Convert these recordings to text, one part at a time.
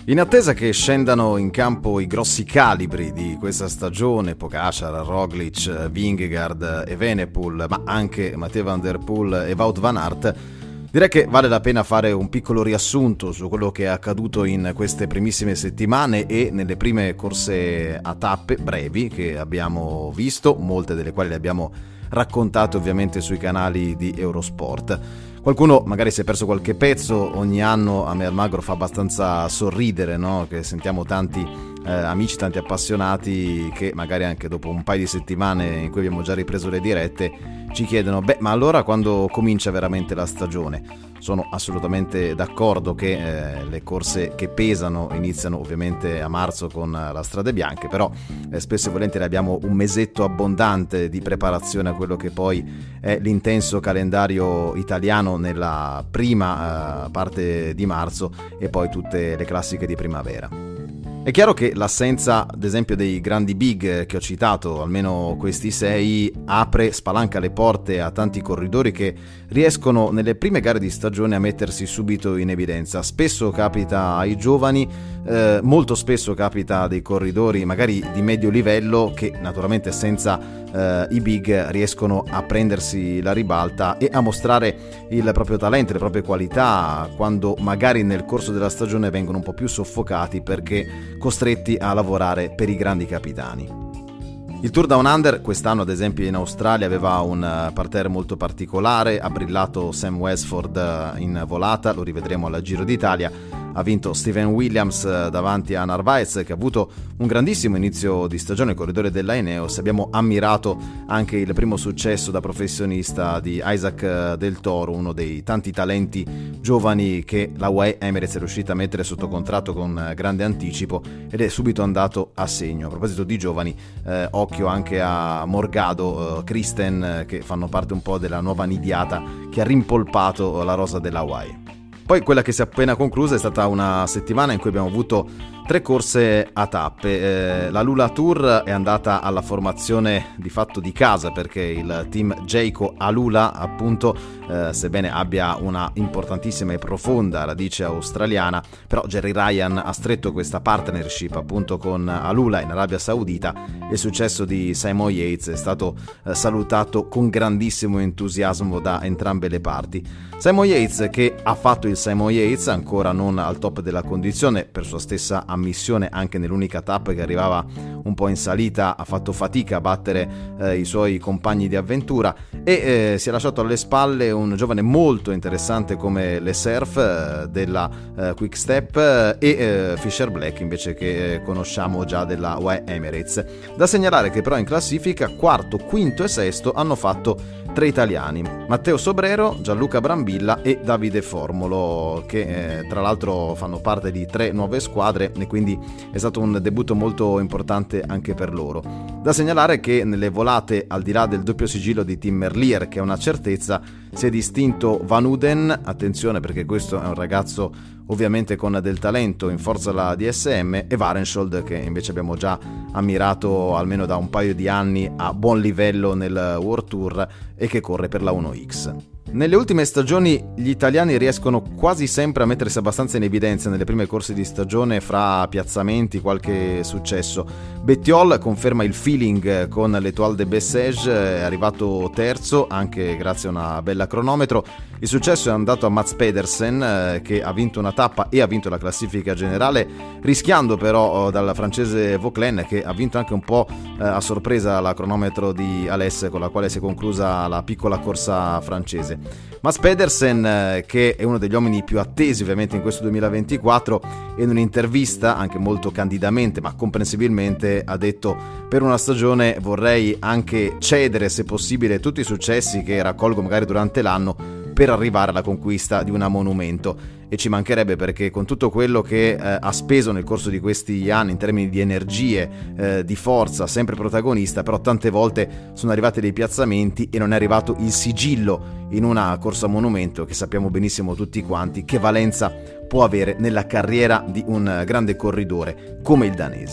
In attesa che scendano in campo i grossi calibri di questa stagione, Pogačar, Roglič, Vingegaard, Evenepoel, ma anche Mathieu van der Poel e Wout van Aert, direi che vale la pena fare un piccolo riassunto su quello che è accaduto in queste primissime settimane e nelle prime corse a tappe brevi che abbiamo visto, molte delle quali le abbiamo raccontate ovviamente sui canali di Eurosport. Qualcuno magari si è perso qualche pezzo, ogni anno a me Almagro fa abbastanza sorridere, no? Che sentiamo tanti amici, tanti appassionati che magari anche dopo un paio di settimane in cui abbiamo già ripreso le dirette ci chiedono ma allora quando comincia veramente la stagione? Sono assolutamente d'accordo che le corse che pesano iniziano ovviamente a marzo con la Strade Bianche, però spesso e volentieri abbiamo un mesetto abbondante di preparazione a quello che poi è l'intenso calendario italiano nella prima parte di marzo e poi tutte le classiche di primavera. È chiaro che l'assenza, ad esempio, dei grandi big che ho citato, almeno questi 6, spalanca le porte a tanti corridori che riescono nelle prime gare di stagione a mettersi subito in evidenza. Spesso capita ai giovani, molto spesso capita a dei corridori magari di medio livello che naturalmente senza i big riescono a prendersi la ribalta e a mostrare il proprio talento, le proprie qualità, quando magari nel corso della stagione vengono un po' più soffocati perché costretti a lavorare per i grandi capitani. Il Tour Down Under quest'anno, ad esempio in Australia, aveva un parterre molto particolare, ha brillato Sam Westford in volata, lo rivedremo al Giro d'Italia. Ha vinto Steven Williams davanti a Narvaez, che ha avuto un grandissimo inizio di stagione, il corridore della Ineos. Abbiamo ammirato anche il primo successo da professionista di Isaac Del Toro, uno dei tanti talenti giovani che la UAE Emirates è riuscita a mettere sotto contratto con grande anticipo ed è subito andato a segno. A proposito di giovani, occhio anche a Morgado, Kristen, che fanno parte un po' della nuova nidiata che ha rimpolpato la rosa della UAE. Poi quella che si è appena conclusa è stata una settimana in cui abbiamo avuto 3 corse a tappe. La Lula Tour è andata alla formazione di fatto di casa perché il team Jayco Alula, appunto, sebbene abbia una importantissima e profonda radice australiana, però Jerry Ryan ha stretto questa partnership appunto con Alula in Arabia Saudita e il successo di Simon Yates è stato salutato con grandissimo entusiasmo da entrambe le parti. Simon Yates, che ha fatto il Simon Yates, ancora non al top della condizione per sua stessa ammissione, anche nell'unica tappa che arrivava un po' in salita ha fatto fatica a battere i suoi compagni di avventura e si è lasciato alle spalle un giovane molto interessante come Le Cerf della Quick Step e Fisher Black invece, che conosciamo già della UAE Emirates. Da segnalare che però in classifica quarto, quinto e sesto hanno fatto 3 italiani: Matteo Sobrero, Gianluca Brambilla e Davide Formolo, che tra l'altro fanno parte di 3 nuove squadre e quindi è stato un debutto molto importante anche per loro. Da segnalare che nelle volate, al di là del doppio sigillo di Tim Merlier, che è una certezza, si è distinto Van Uden, attenzione perché questo è un ragazzo ovviamente con del talento in forza alla DSM, e Warenshold, che invece abbiamo già ammirato almeno da un paio di anni a buon livello nel World Tour e che corre per la 1X. Nelle ultime stagioni gli italiani riescono quasi sempre a mettersi abbastanza in evidenza nelle prime corse di stagione, fra piazzamenti, qualche successo. Bettiol conferma il feeling con l'Étoile de Bessèges, è arrivato terzo anche grazie a una bella cronometro. Il successo è andato a Mats Pedersen, che ha vinto una tappa e ha vinto la classifica generale, rischiando però dal francese Vauclain, che ha vinto anche un po' a sorpresa la cronometro di Alès, con la quale si è conclusa la piccola corsa francese. Mats Pedersen, che è uno degli uomini più attesi ovviamente in questo 2024, in un'intervista anche molto candidamente ma comprensibilmente ha detto: per una stagione vorrei anche cedere, se possibile, tutti i successi che raccolgo magari durante l'anno per arrivare alla conquista di un monumento. E ci mancherebbe, perché con tutto quello che ha speso nel corso di questi anni in termini di energie, di forza, sempre protagonista, però tante volte sono arrivati dei piazzamenti e non è arrivato il sigillo in una corsa a monumento che sappiamo benissimo tutti quanti che valenza può avere nella carriera di un grande corridore come il danese.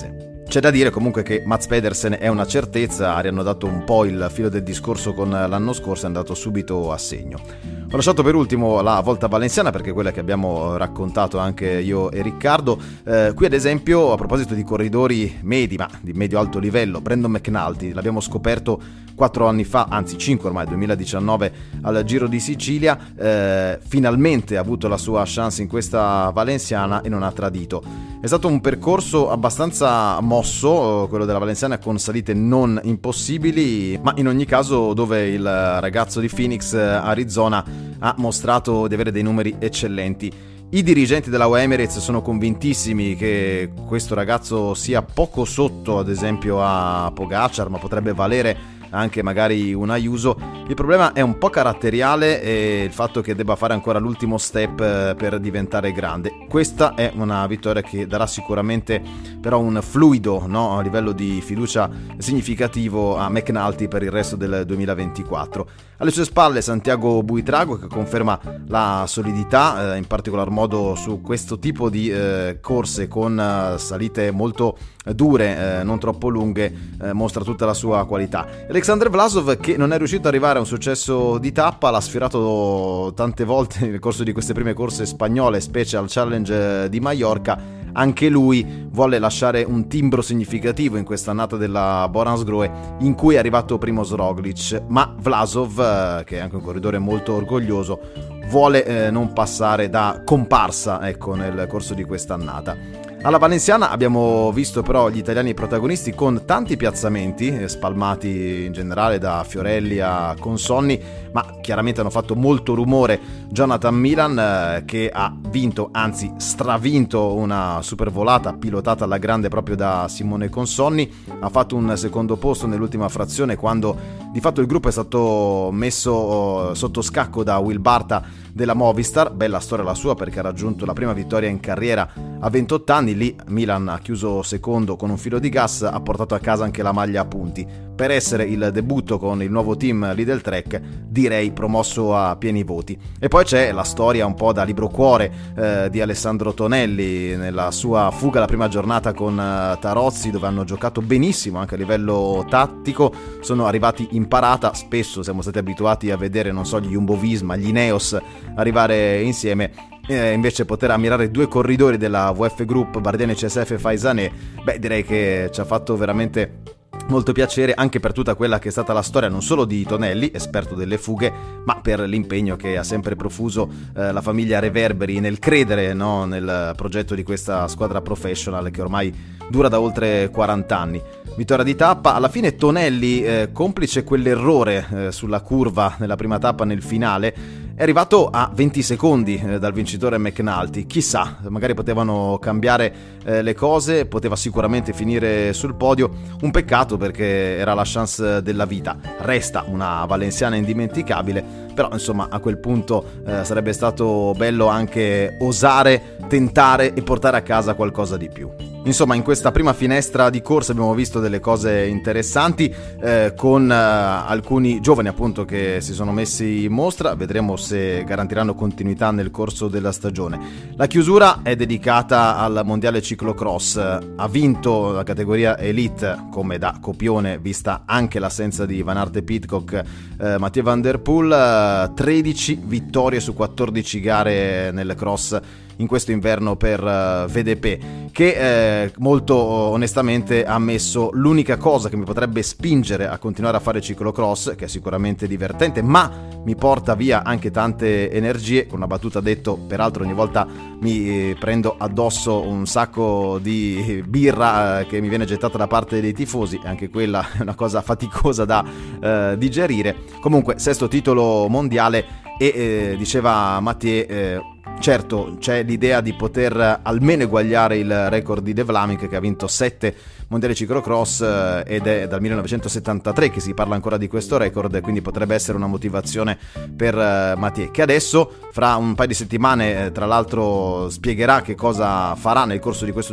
C'è da dire comunque che Mats Pedersen è una certezza, ha riannodato un po' il filo del discorso con l'anno scorso, è andato subito a segno. Ho lasciato per ultimo la Volta Valenziana perché è quella che abbiamo raccontato anche io e Riccardo. Qui ad esempio, a proposito di corridori medi, ma di medio-alto livello, Brandon McNulty l'abbiamo scoperto 4 anni fa, anzi 5 ormai, 2019 al Giro di Sicilia, finalmente ha avuto la sua chance in questa Valenziana e non ha tradito. È stato un percorso abbastanza mosso, quello della Valenziana, con salite non impossibili, ma in ogni caso dove il ragazzo di Phoenix, Arizona, ha mostrato di avere dei numeri eccellenti. I dirigenti della UAE Emirates sono convintissimi che questo ragazzo sia poco sotto ad esempio a Pogacar, ma potrebbe valere anche magari un Ayuso. Il problema è un po' caratteriale e il fatto che debba fare ancora l'ultimo step per diventare grande. Questa è una vittoria che darà sicuramente però un fluido, no, a livello di fiducia significativo a McNulty per il resto del 2024. Alle sue spalle Santiago Buitrago, che conferma la solidità, in particolar modo su questo tipo di corse con salite molto dure, non troppo lunghe, mostra tutta la sua qualità. Alexander Vlasov, che non è riuscito ad arrivare a un successo di tappa, l'ha sfiorato tante volte nel corso di queste prime corse spagnole, specie al Challenge di Mallorca. Anche lui vuole lasciare un timbro significativo in questa annata della Boransgrohe, in cui è arrivato Primož Roglič, ma Vlasov, che è anche un corridore molto orgoglioso, vuole non passare da comparsa, ecco, nel corso di quest'annata. Alla Valenziana abbiamo visto però gli italiani protagonisti con tanti piazzamenti, spalmati in generale da Fiorelli a Consonni, ma chiaramente hanno fatto molto rumore Jonathan Milan, che ha vinto, anzi stravinto, una supervolata pilotata alla grande proprio da Simone Consonni. Ha fatto un secondo posto nell'ultima frazione quando di fatto il gruppo è stato messo sotto scacco da Will Barta della Movistar. Bella storia la sua, perché ha raggiunto la prima vittoria in carriera a 28 anni. Lì Milan ha chiuso secondo con un filo di gas, ha portato a casa anche la maglia a punti. Per essere il debutto con il nuovo team Lidl Trek, direi promosso a pieni voti. E poi c'è la storia un po' da libro cuore di Alessandro Tonelli nella sua fuga alla prima giornata con Tarozzi, dove hanno giocato benissimo anche a livello tattico, sono arrivati in parata. Spesso siamo stati abituati a vedere, non so, gli Jumbo Visma, gli Ineos arrivare insieme. Invece poter ammirare due corridori della VF Group, Bardiani CSF e Faisané, direi che ci ha fatto veramente molto piacere, anche per tutta quella che è stata la storia non solo di Tonelli, esperto delle fughe, ma per l'impegno che ha sempre profuso la famiglia Reverberi nel credere, no, nel progetto di questa squadra professional che ormai dura da oltre 40 anni. Vittoria di tappa, alla fine Tonelli, complice quell'errore sulla curva nella prima tappa nel finale, è arrivato a 20 secondi dal vincitore McNulty. Chissà, magari potevano cambiare le cose, poteva sicuramente finire sul podio. Un peccato, perché era la chance della vita. Resta una valenziana indimenticabile, però insomma a quel punto sarebbe stato bello anche osare, tentare e portare a casa qualcosa di più. Insomma, in questa prima finestra di corsa abbiamo visto delle cose interessanti, con alcuni giovani appunto che si sono messi in mostra. Vedremo se garantiranno continuità nel corso della stagione. La chiusura è dedicata al mondiale ciclocross. Ha vinto la categoria Elite come da copione, vista anche l'assenza di Van Aert e Pidcock, Mathieu Van Der Poel. 13 vittorie su 14 gare nel cross in questo inverno per VDP, che molto onestamente ha messo l'unica cosa che mi potrebbe spingere a continuare a fare ciclocross, che è sicuramente divertente, ma mi porta via anche tante energie. Con una battuta detto, peraltro ogni volta mi prendo addosso un sacco di birra che mi viene gettata da parte dei tifosi, anche quella è una cosa faticosa da digerire. Comunque, sesto titolo mondiale e diceva Mathieu, certo c'è l'idea di poter almeno eguagliare il record di De Vlaeminck, che ha vinto 7 mondiali ciclocross ed è dal 1973 che si parla ancora di questo record, quindi potrebbe essere una motivazione per Mathieu, che adesso fra un paio di settimane tra l'altro spiegherà che cosa farà nel corso di questo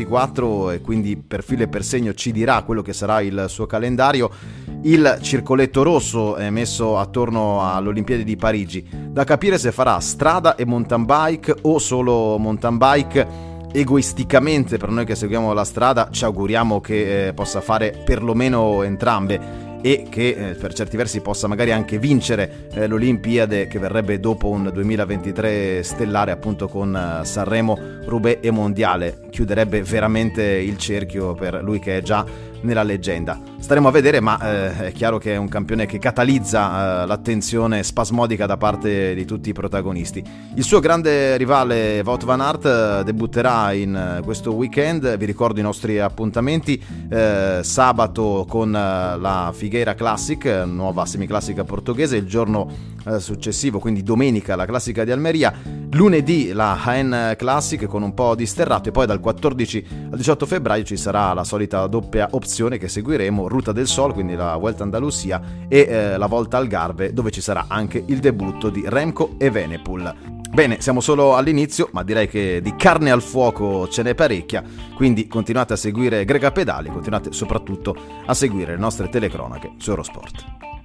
2024 e quindi per filo e per segno ci dirà quello che sarà il suo calendario. Il circoletto rosso è messo attorno all'Olimpiadi di Parigi, da capire se farà strada e mountain bike o solo mountain bike. egoisticamente per noi che seguiamo la strada ci auguriamo che possa fare perlomeno entrambe e che per certi versi possa magari anche vincere l'Olimpiade, che verrebbe dopo un 2023 stellare appunto con Sanremo, Roubaix e Mondiale. Chiuderebbe veramente il cerchio per lui che è già nella leggenda. Staremo a vedere, ma è chiaro che è un campione che catalizza l'attenzione spasmodica da parte di tutti i protagonisti. Il suo grande rivale Wout van Aert debutterà in questo weekend. Vi ricordo i nostri appuntamenti: sabato con la Figueira Classic, nuova semiclassica portoghese, il giorno successivo, quindi domenica, la classica di Almeria, lunedì la Jaén Classic con un po' di sterrato, e poi dal 14 al 18 febbraio ci sarà la solita doppia opzione che seguiremo: Ruta del Sol, quindi la Vuelta Andalusia, e la Volta Algarve, dove ci sarà anche il debutto di Remco Evenepoel. Bene, siamo solo all'inizio, ma direi che di carne al fuoco ce n'è parecchia, quindi continuate a seguire Grega Pedali, continuate soprattutto a seguire le nostre telecronache su Eurosport.